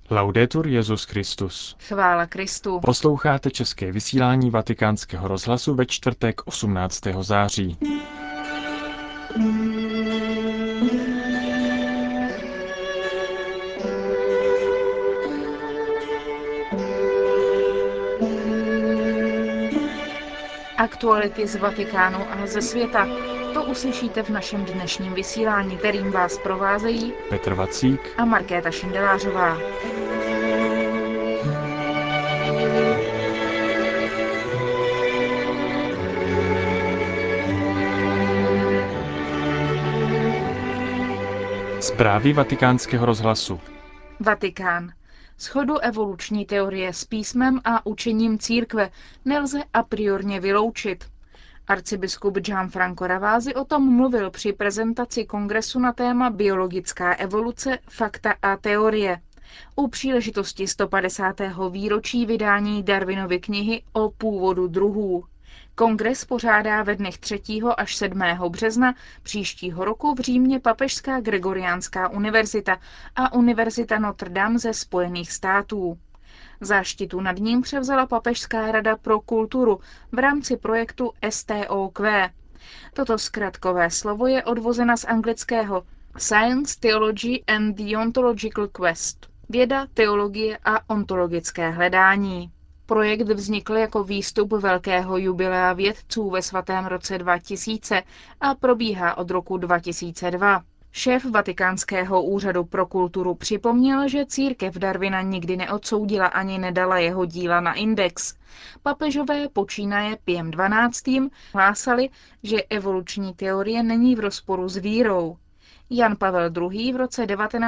Laudetur Jesus Christus. Chvála Kristu. Posloucháte české vysílání Vatikánského rozhlasu ve čtvrtek 18. září. Aktuality z Vatikánu a ze světa. To uslyšíte v našem dnešním vysílání, kterým vás provázejí Petr Vacík a Markéta Šindelářová. Zprávy Vatikánského rozhlasu. Vatikán. Shodu evoluční teorie s písmem a učením církve nelze a priorně vyloučit. Arcibiskup Gianfranco Ravasi o tom mluvil při prezentaci kongresu na téma biologická evoluce, fakta a teorie. U příležitosti 150. výročí vydání Darwinovy knihy o původu druhů. Kongres pořádá ve dnech 3. až 7. března příštího roku v Římě Papežská Gregoriánská univerzita a Univerzita Notre Dame ze Spojených států. Záštitu nad ním převzala Papežská rada pro kulturu v rámci projektu STOQ. Toto zkratkové slovo je odvozena z anglického Science, Theology and the Ontological Quest. Věda, teologie a ontologické hledání. Projekt vznikl jako výstup velkého jubilea vědců ve svatém roce 2000 a probíhá od roku 2002. Šéf Vatikánského úřadu pro kulturu připomněl, že církev Darwina nikdy neodsoudila ani nedala jeho díla na index. Papežové počínaje Piem XII. Hlásali, že evoluční teorie není v rozporu s vírou. Jan Pavel II. V roce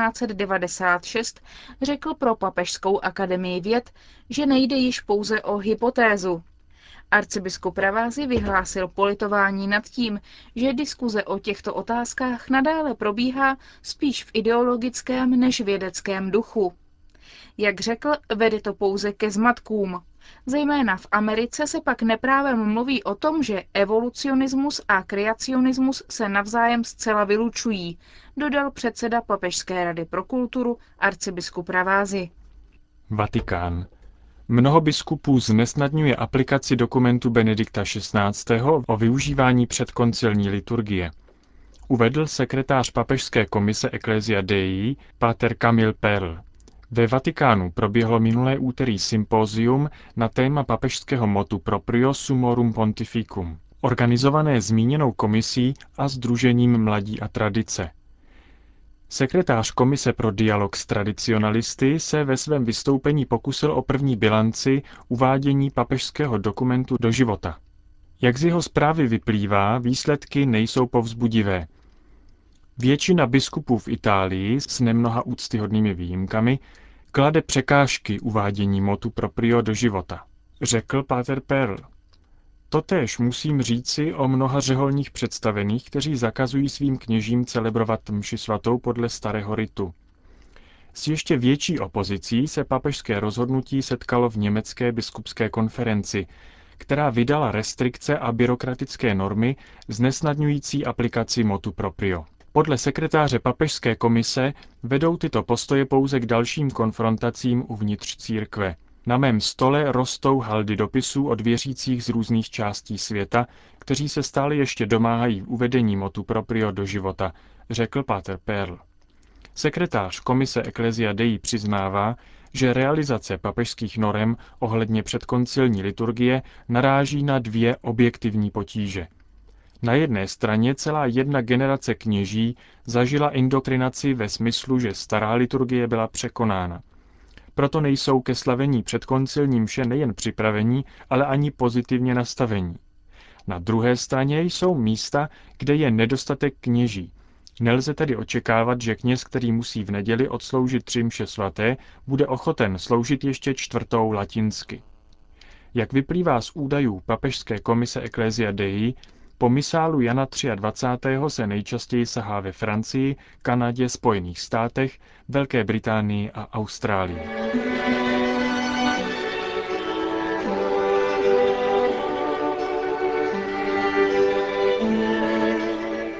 1996 řekl pro Papežskou akademii věd, že nejde již pouze o hypotézu. Arcibiskup Ravasi vyhlásil politování nad tím, že diskuze o těchto otázkách nadále probíhá spíš v ideologickém než vědeckém duchu. Jak řekl, vede to pouze ke zmatkům. Zejména v Americe se pak neprávem mluví o tom, že evolucionismus a kreacionismus se navzájem zcela vylučují, dodal předseda Papežské rady pro kulturu arcibiskup Ravasi. Vatikán. Mnoho biskupů znesnadňuje aplikaci dokumentu Benedikta XVI. O využívání předkoncilní liturgie. Uvedl sekretář Papežské komise Ecclesia Dei páter Camille Perl. Ve Vatikánu proběhlo minulé úterý sympózium na téma papežského motu Proprio Summorum Pontificum, organizované zmíněnou komisí a Sdružením Mladí a tradice. Sekretář Komise pro dialog s tradicionalisty se ve svém vystoupení pokusil o první bilanci uvádění papežského dokumentu do života. Jak z jeho zprávy vyplývá, výsledky nejsou povzbudivé. Většina biskupů v Itálii, s nemnoha úctyhodnými výjimkami, klade překážky uvádění motu proprio do života, řekl páter Perl. Totéž musím říci o mnoha řeholních představených, kteří zakazují svým kněžím celebrovat mši svatou podle starého ritu. S ještě větší opozicí se papežské rozhodnutí setkalo v německé biskupské konferenci, která vydala restrikce a byrokratické normy znesnadňující aplikaci motu proprio. Podle sekretáře papežské komise vedou tyto postoje pouze k dalším konfrontacím uvnitř církve. Na mém stole rostou haldy dopisů od věřících z různých částí světa, kteří se stále ještě domáhají uvedení motu proprio do života, řekl páter Perl. Sekretář komise Ecclesia Dei přiznává, že realizace papežských norem ohledně předkoncilní liturgie naráží na dvě objektivní potíže. Na jedné straně celá jedna generace kněží zažila indoktrinaci ve smyslu, že stará liturgie byla překonána. Proto nejsou ke slavení předkoncilní mše nejen připravení, ale ani pozitivně nastavení. Na druhé straně jsou místa, kde je nedostatek kněží. Nelze tedy očekávat, že kněz, který musí v neděli odsloužit 3 mše svaté, bude ochoten sloužit ještě 4. latinsky. Jak vyplývá z údajů papežské komise Ecclesia Dei, po misálu Jana 23. se nejčastěji sahá ve Francii, Kanadě, Spojených státech, Velké Británii a Austrálii.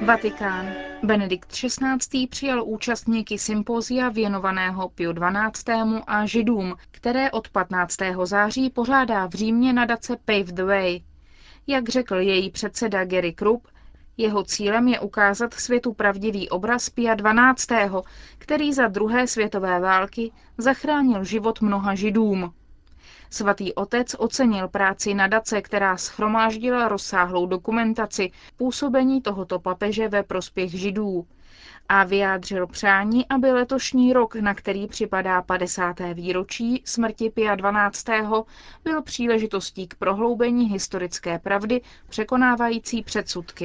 Vatikán. Benedikt XVI. Přijal účastníky sympózia věnovaného Piu XII. A Židům, které od 15. září pořádá v Římě nadace Pave the Way. Jak řekl její předseda Gary Krupp, jeho cílem je ukázat světu pravdivý obraz Pia XII., který za druhé světové války zachránil život mnoha Židům. Svatý otec ocenil práci nadace, která shromáždila rozsáhlou dokumentaci působení tohoto papeže ve prospěch Židů a vyjádřil přání, aby letošní rok, na který připadá 50. výročí smrti Pia XII., byl příležitostí k prohloubení historické pravdy překonávající předsudky.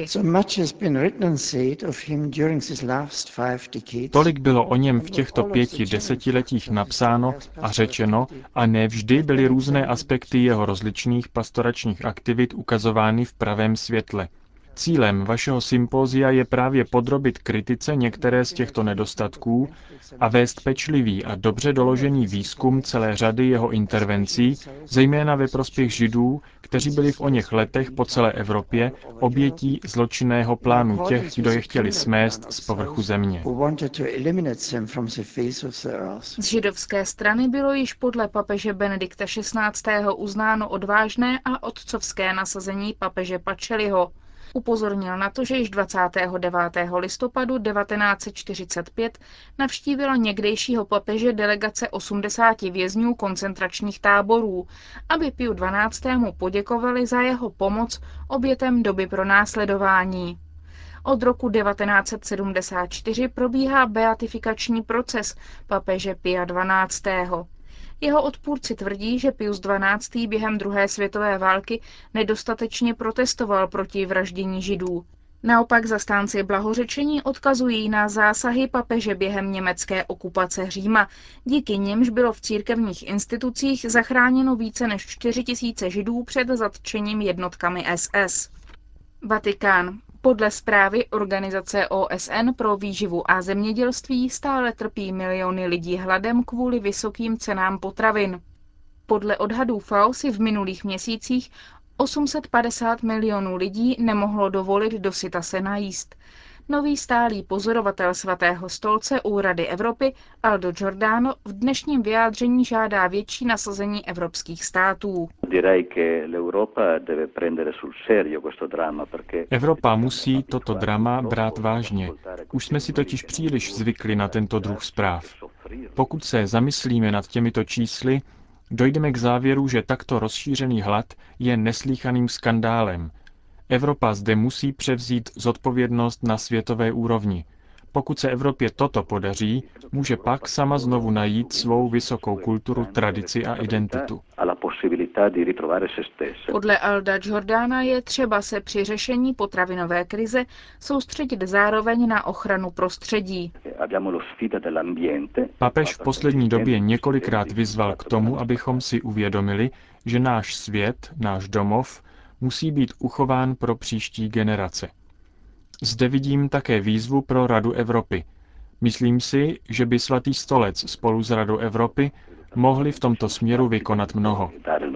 Tolik bylo o něm v těchto 5 desetiletích napsáno a řečeno a ne vždy byly různé aspekty jeho rozličných pastoračních aktivit ukazovány v pravém světle. Cílem vašeho sympózia je právě podrobit kritice některé z těchto nedostatků a vést pečlivý a dobře doložený výzkum celé řady jeho intervencí, zejména ve prospěch Židů, kteří byli v oněch letech po celé Evropě obětí zločinného plánu těch, kdo je chtěli smést z povrchu země. Z židovské strany bylo již podle papeže Benedikta XVI. Uznáno odvážné a otcovské nasazení papeže Pacelliho. Upozornil na to, že již 29. listopadu 1945 navštívila někdejšího papeže delegace 80 vězňů koncentračních táborů, aby Piu XII. Poděkovali za jeho pomoc obětem doby pronásledování. Od roku 1974 probíhá beatifikační proces papeže Pia XII. Jeho odpůrci tvrdí, že Pius XII. Během druhé světové války nedostatečně protestoval proti vraždění Židů. Naopak zastánci blahořečení odkazují na zásahy papeže během německé okupace Říma, díky nimž bylo v církevních institucích zachráněno více než 4 000 Židů před zatčením jednotkami SS. Vatikán. Podle zprávy Organizace OSN pro výživu a zemědělství stále trpí miliony lidí hladem kvůli vysokým cenám potravin. Podle odhadů FAO si v minulých měsících 850 milionů lidí nemohlo dovolit dosyta se najíst. Nový stálý pozorovatel Svatého stolce u Rady Evropy Aldo Giordano v dnešním vyjádření žádá větší nasazení evropských států. Evropa musí toto drama brát vážně. Už jsme si totiž příliš zvykli na tento druh zpráv. Pokud se zamyslíme nad těmito čísly, dojdeme k závěru, že takto rozšířený hlad je neslýchaným skandálem. Evropa zde musí převzít zodpovědnost na světové úrovni. Pokud se Evropě toto podaří, může pak sama znovu najít svou vysokou kulturu, tradici a identitu. Podle Alda Giordana je třeba se při řešení potravinové krize soustředit zároveň na ochranu prostředí. Papež v poslední době několikrát vyzval k tomu, abychom si uvědomili, že náš svět, náš domov, musí být uchován pro příští generace. Zde vidím také výzvu pro Radu Evropy. Myslím si, že by Svatý stolec spolu s Radou Evropy mohli v tomto směru vykonat mnoho.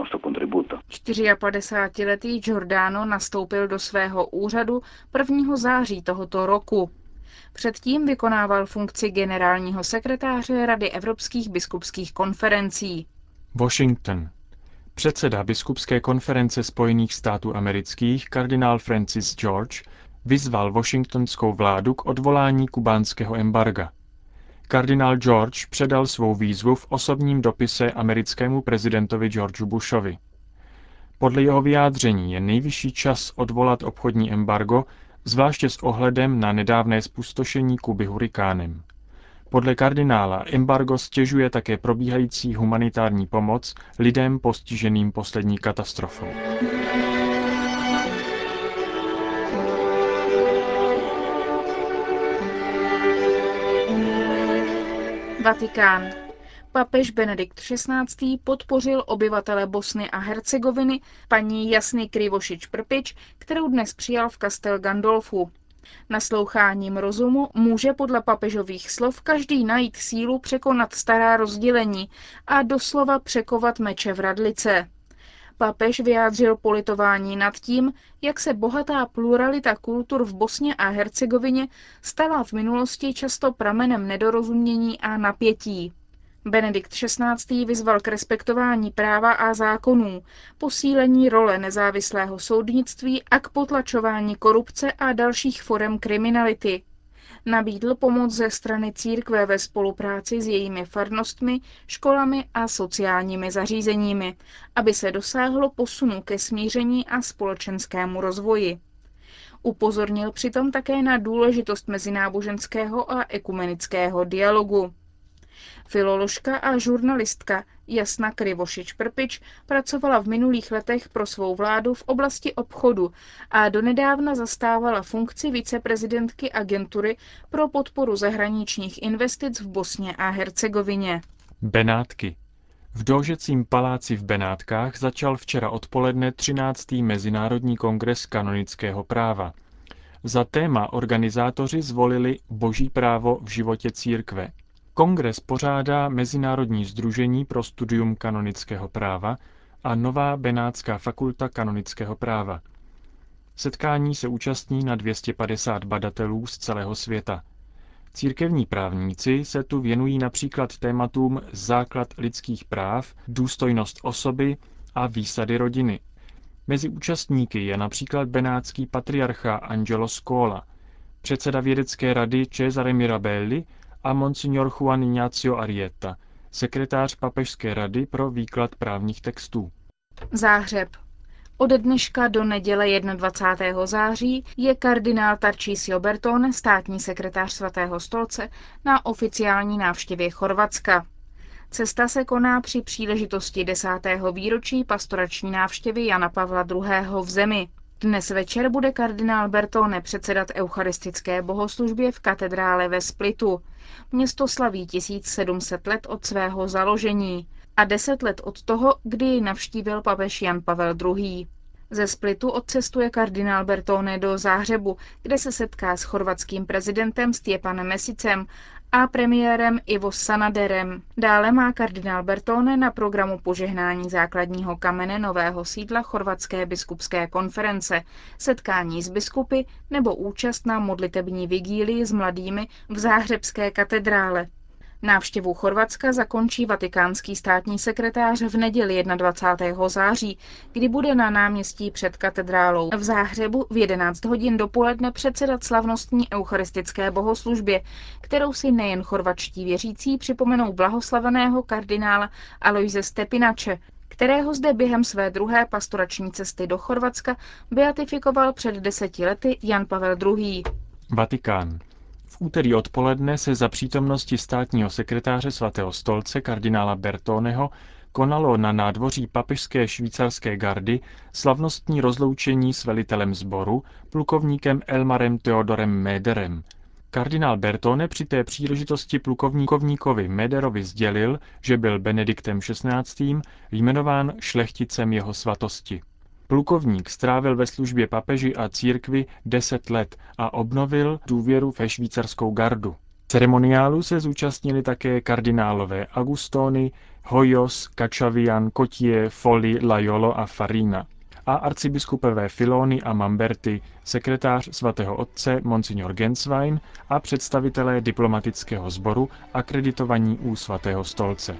54letý Giordano nastoupil do svého úřadu 1. září tohoto roku. Předtím vykonával funkci generálního sekretáře Rady evropských biskupských konferencí. Washington. Předseda Biskupské konference Spojených států amerických kardinál Francis George vyzval washingtonskou vládu k odvolání kubánského embarga. Kardinál George předal svou výzvu v osobním dopise americkému prezidentovi Georgeu Bushovi. Podle jeho vyjádření je nejvyšší čas odvolat obchodní embargo, zvláště s ohledem na nedávné zpustošení Kuby hurikánem. Podle kardinála embargo stěžuje také probíhající humanitární pomoc lidem postiženým poslední katastrofou. Vatikán. Papež Benedikt XVI. Podpořil obyvatele Bosny a Hercegoviny paní Jasny Krivošič-Prpič, kterou dnes přijal v Castel Gandolfu. Nasloucháním rozumu může podle papežových slov každý najít sílu překonat stará rozdělení a doslova překovat meče v radlice. Papež vyjádřil politování nad tím, jak se bohatá pluralita kultur v Bosně a Hercegovině stala v minulosti často pramenem nedorozumění a napětí. Benedikt XVI. Vyzval k respektování práva a zákonů, posílení role nezávislého soudnictví a k potlačování korupce a dalších forem kriminality. Nabídl pomoc ze strany církve ve spolupráci s jejími farnostmi, školami a sociálními zařízeními, aby se dosáhlo posunu ke smíření a společenskému rozvoji. Upozornil přitom také na důležitost mezináboženského a ekumenického dialogu. Filoložka a žurnalistka Jasna Krivošič-Prpič pracovala v minulých letech pro svou vládu v oblasti obchodu a donedávna zastávala funkci viceprezidentky agentury pro podporu zahraničních investic v Bosně a Hercegovině. Benátky. V Dóžecím paláci v Benátkách začal včera odpoledne 13. Mezinárodní kongres kanonického práva. Za téma organizátoři zvolili Boží právo v životě církve. Kongres pořádá Mezinárodní sdružení pro studium kanonického práva a Nová benátská fakulta kanonického práva. Setkání se účastní na 250 badatelů z celého světa. Církevní právníci se tu věnují například tématům základ lidských práv, důstojnost osoby a výsady rodiny. Mezi účastníky je například benátský patriarcha Angelo Scola, předseda vědecké rady Cesare Mirabelli a monsignor Juan Ignacio Arrieta, sekretář papežské rady pro výklad právních textů. Záhřeb. Ode dneška do neděle 21. září je kardinál Tarcísio Bertone, státní sekretář Svatého stolce, na oficiální návštěvě Chorvatska. Cesta se koná při příležitosti 10. výročí pastorační návštěvy Jana Pavla II. V zemi. Dnes večer bude kardinál Bertone předsedat eucharistické bohoslužbě v katedrále ve Splitu. Město slaví 1700 let od svého založení a 10 let od toho, kdy ji navštívil papež Jan Pavel II. Ze Splitu odcestuje kardinál Bertone do Záhřebu, kde se setká s chorvatským prezidentem Stjepanem Mesicem a premiérem Ivo Sanaderem. Dále má kardinál Bertone na programu požehnání základního kamene nového sídla Chorvatské biskupské konference, setkání s biskupy nebo účast na modlitební vigílii s mladými v záhřebské katedrále. Návštěvu Chorvatska zakončí vatikánský státní sekretář v neděli 21. září, kdy bude na náměstí před katedrálou v Záhřebu v 11 hodin dopoledne předsedat slavnostní eucharistické bohoslužbě, kterou si nejen chorvatští věřící připomenou blahoslaveného kardinála Alojze Stepinače, kterého zde během své druhé pastorační cesty do Chorvatska beatifikoval před 10 lety Jan Pavel II. Vatikán. V úterý odpoledne se za přítomnosti státního sekretáře Svatého stolce kardinála Bertoneho konalo na nádvoří papežské švýcarské gardy slavnostní rozloučení s velitelem sboru, plukovníkem Elmarem Theodorem Mederem. Kardinál Bertone při té příležitosti plukovníkovi Mederovi sdělil, že byl Benediktem XVI. Jmenován šlechticem jeho svatosti. Plukovník strávil ve službě papeži a církvi 10 let a obnovil důvěru ve švýcarskou gardu. Ceremoniálu se zúčastnili také kardinálové Agustoni, Hoyos, Kačavian, Cotie, Foli, Laiolo a Farina a arcibiskupové Filoni a Mamberti, sekretář svatého otce monsignor Genswein a představitelé diplomatického sboru akreditovaní u Svatého stolce.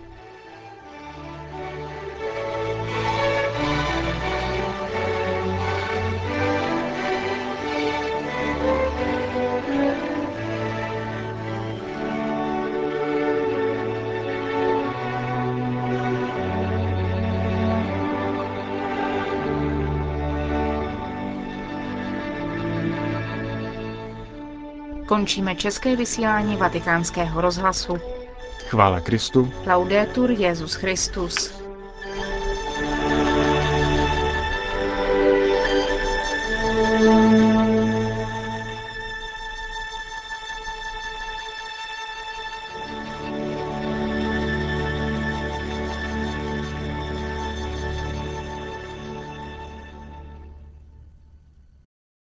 Končíme české vysílání Vatikánského rozhlasu. Chvála Kristu. Laudetur Jesus Christus.